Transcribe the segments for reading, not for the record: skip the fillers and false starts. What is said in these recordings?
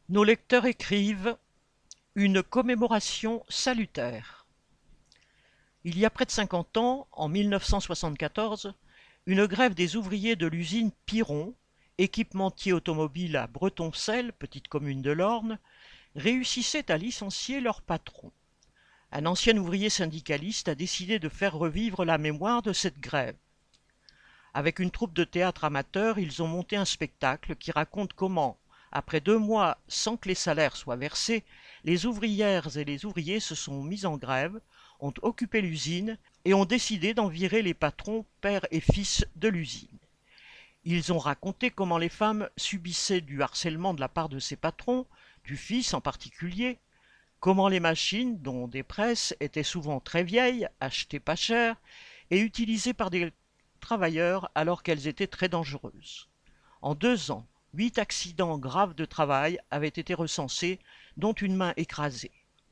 Nos lecteurs écrivent une commémoration salutaire. Il y a près de 50 ans, en 1974, une grève des ouvriers de l'usine Piron, équipementier automobile à Bretoncelles, petite commune de l'Orne, réussissait à licencier leur patron. Un ancien ouvrier syndicaliste a décidé de faire revivre la mémoire de cette grève. Avec une troupe de théâtre amateur, ils ont monté un spectacle qui raconte comment, après 2 mois sans que les salaires soient versés, les ouvrières et les ouvriers se sont mis en grève, ont occupé l'usine et ont décidé d'en virer les patrons, père et fils de l'usine. Ils ont raconté comment les femmes subissaient du harcèlement de la part de ces patrons, du fils en particulier, comment les machines, dont des presses, étaient souvent très vieilles, achetées pas cher, et utilisées par des travailleurs alors qu'elles étaient très dangereuses. En 2 ans, 8 accidents graves de travail avaient été recensés, dont une main écrasée.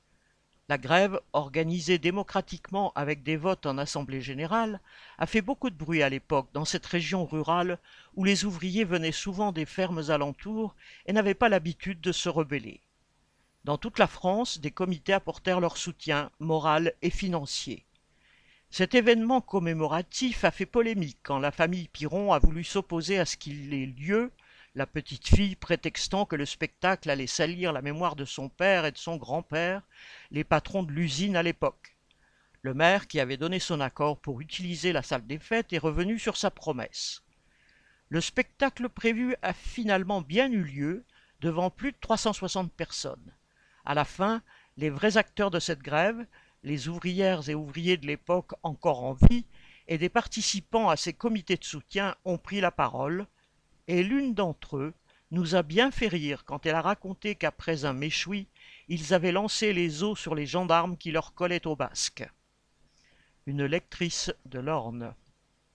La grève, organisée démocratiquement avec des votes en assemblée générale, a fait beaucoup de bruit à l'époque dans cette région rurale où les ouvriers venaient souvent des fermes alentours et n'avaient pas l'habitude de se rebeller. Dans toute la France, des comités apportèrent leur soutien moral et financier. Cet événement commémoratif a fait polémique quand la famille Piron a voulu s'opposer à ce qu'il ait lieu, la petite fille prétextant que le spectacle allait salir la mémoire de son père et de son grand-père, les patrons de l'usine à l'époque. Le maire, qui avait donné son accord pour utiliser la salle des fêtes, est revenu sur sa promesse. Le spectacle prévu a finalement bien eu lieu, devant plus de 360 personnes. À la fin, les vrais acteurs de cette grève, les ouvrières et ouvriers de l'époque encore en vie, et des participants à ces comités de soutien ont pris la parole, et l'une d'entre eux nous a bien fait rire quand elle a raconté qu'après un méchoui, ils avaient lancé les os sur les gendarmes qui leur collaient au basque. Une lectrice de l'Orne.